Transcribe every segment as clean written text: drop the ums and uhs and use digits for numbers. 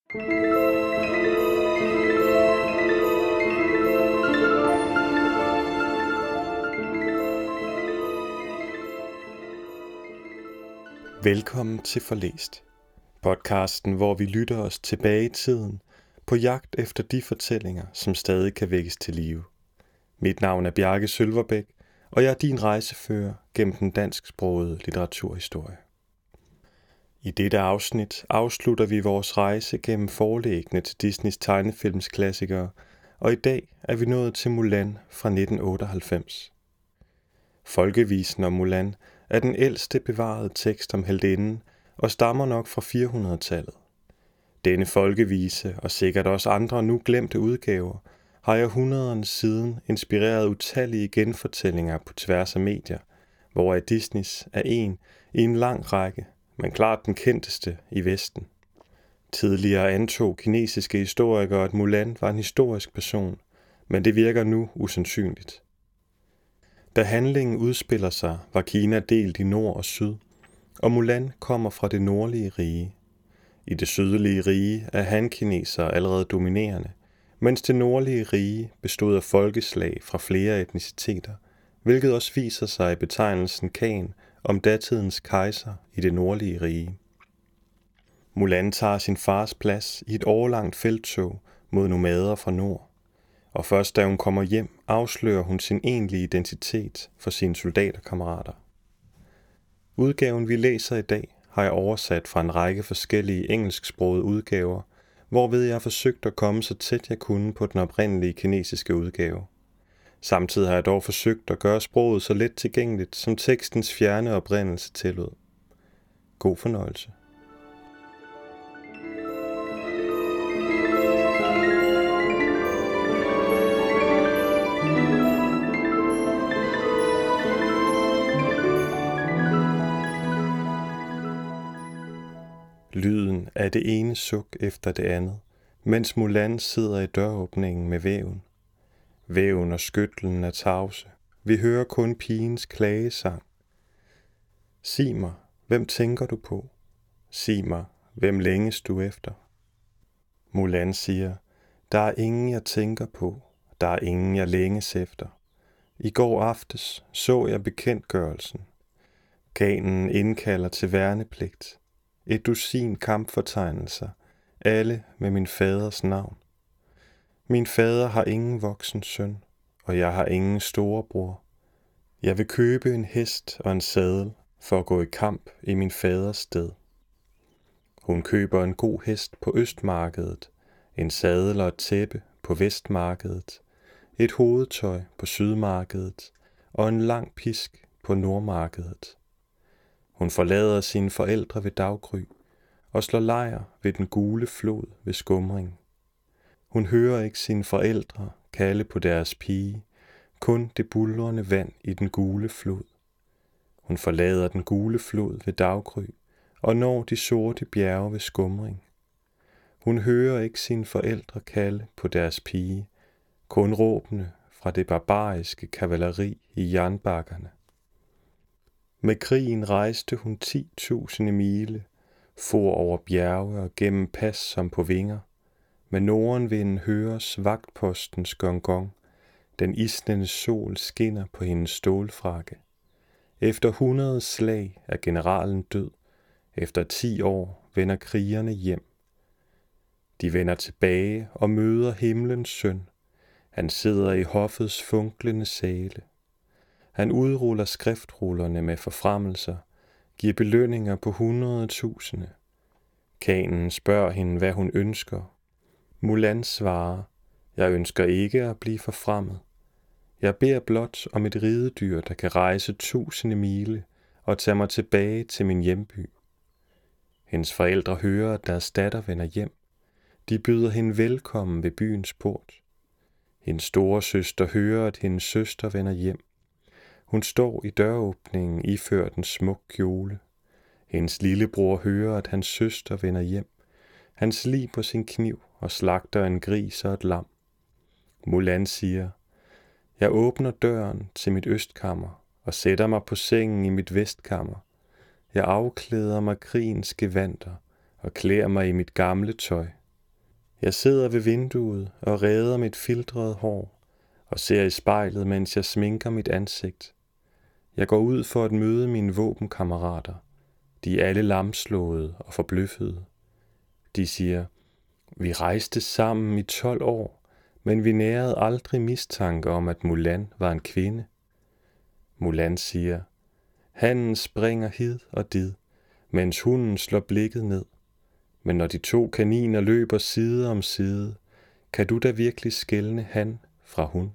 Velkommen til Forlæst, podcasten, hvor vi lytter os tilbage i tiden på jagt efter de fortællinger, som stadig kan vækkes til live. Mit navn er Bjarke Sølverbæk, og jeg er din rejsefører gennem den dansksprogede litteraturhistorie. I dette afsnit afslutter vi vores rejse gennem forlæggene til Disneys tegnefilmsklassikere, og i dag er vi nået til Mulan fra 1998. Folkevisen om Mulan er den ældste bevarede tekst om heltinden og stammer nok fra 400-tallet. Denne folkevise og sikkert også andre nu glemte udgaver har i århundrederne siden inspireret utallige genfortællinger på tværs af medier, hvoraf Disneys er en i en lang række, men klart den kendteste i Vesten. Tidligere antog kinesiske historikere, at Mulan var en historisk person, men det virker nu usandsynligt. Da handlingen udspiller sig, var Kina delt i nord og syd, og Mulan kommer fra det nordlige rige. I det sydlige rige er han-kinesere allerede dominerende, mens det nordlige rige bestod af folkeslag fra flere etniciteter, hvilket også viser sig i betegnelsen Khan om datidens kejser i det nordlige rige. Mulan tager sin fars plads i et årelangt felttog mod nomader fra nord. Og først da hun kommer hjem, afslører hun sin egentlige identitet for sine soldaterkammerater. Udgaven vi læser i dag har jeg oversat fra en række forskellige engelsksprogede udgaver, hvorved jeg har forsøgt at komme så tæt jeg kunne på den oprindelige kinesiske udgave. Samtidig har jeg dog forsøgt at gøre sproget så let tilgængeligt, som tekstens fjerne oprindelse tillod. God fornøjelse. Lyden af det ene suk efter det andet, mens Mulan sidder i døråbningen med væven. Væven og skytlen er tavse. Vi hører kun pigens klagesang. Sig mig, hvem tænker du på? Sig mig, hvem længes du efter? Mulan siger, der er ingen jeg tænker på, der er ingen jeg længes efter. I går aftes så jeg bekendtgørelsen. Khanen indkalder til værnepligt. Et dusin kampfortegnelser, alle med min faders navn. Min fader har ingen voksen søn, og jeg har ingen storebror. Jeg vil købe en hest og en sadel for at gå i kamp i min faders sted. Hun køber en god hest på østmarkedet, en sadel og et tæppe på vestmarkedet, et hovedtøj på sydmarkedet og en lang pisk på nordmarkedet. Hun forlader sine forældre ved daggry og slår lejr ved den gule flod ved skumring. Hun hører ikke sine forældre kalde på deres pige, kun det buldrende vand i den gule flod. Hun forlader den gule flod ved daggry og når de sorte bjerge ved skumring. Hun hører ikke sine forældre kalde på deres pige, kun råbene fra det barbariske kavaleri i jernbakkerne. Med krigen rejste hun 10.000 mile, for over bjerge og gennem pas som på vinger. Med nordenvinden høres vagtpostens gong. Den isnende sol skinner på hendes stålfrakke. Efter 100 slag er generalen død. Efter 10 år vender krigerne hjem. De vender tilbage og møder himlens søn. Han sidder i hoffets funklende sale. Han udruller skriftrullerne med forfremmelser, giver belønninger på 100.000. Khanen spørger hende, hvad hun ønsker. Mulan svarer, jeg ønsker ikke at blive forfremmet. Jeg beder blot om et ridedyr, der kan rejse 1000 mile og tage mig tilbage til min hjemby. Hendes forældre hører, at deres datter vender hjem. De byder hende velkommen ved byens port. Hendes store søster hører, at hendes søster vender hjem. Hun står i døråbningen iført en smuk kjole. Hendes lillebror hører, at hans søster vender hjem. Han sliber sin kniv og slagter en gris og et lam. Mulan siger, jeg åbner døren til mit østkammer og sætter mig på sengen i mit vestkammer. Jeg afklæder mig krigens gevanter og klæder mig i mit gamle tøj. Jeg sidder ved vinduet og reder mit filtrede hår og ser i spejlet, mens jeg sminker mit ansigt. Jeg går ud for at møde mine våbenkammerater. De er alle lamslåede og forbløffede. De siger, vi rejste sammen i 12 år, men vi nærede aldrig mistanke om, at Mulan var en kvinde. Mulan siger, hannen springer hid og did, mens hunden slår blikket ned. Men når de 2 kaniner løber side om side, kan du da virkelig skelne han fra hun?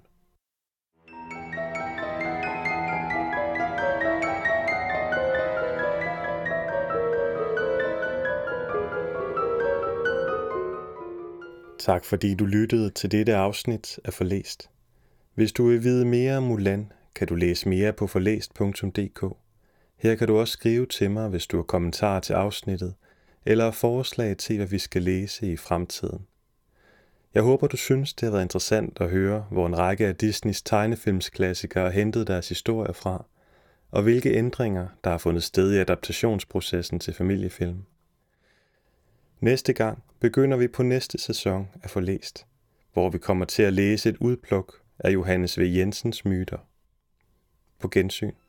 Tak fordi du lyttede til dette afsnit af Forlæst. Hvis du vil vide mere om Mulan, kan du læse mere på forlæst.dk. Her kan du også skrive til mig, hvis du har kommentarer til afsnittet, eller forslag til, hvad vi skal læse i fremtiden. Jeg håber, du synes, det har været interessant at høre, hvor en række af Disneys tegnefilmsklassikere har hentet deres historier fra, og hvilke ændringer, der har fundet sted i adaptationsprocessen til familiefilm. Næste gang begynder vi på næste sæson af Forlæst, hvor vi kommer til at læse et udpluk af Johannes V. Jensens myter. På gensyn.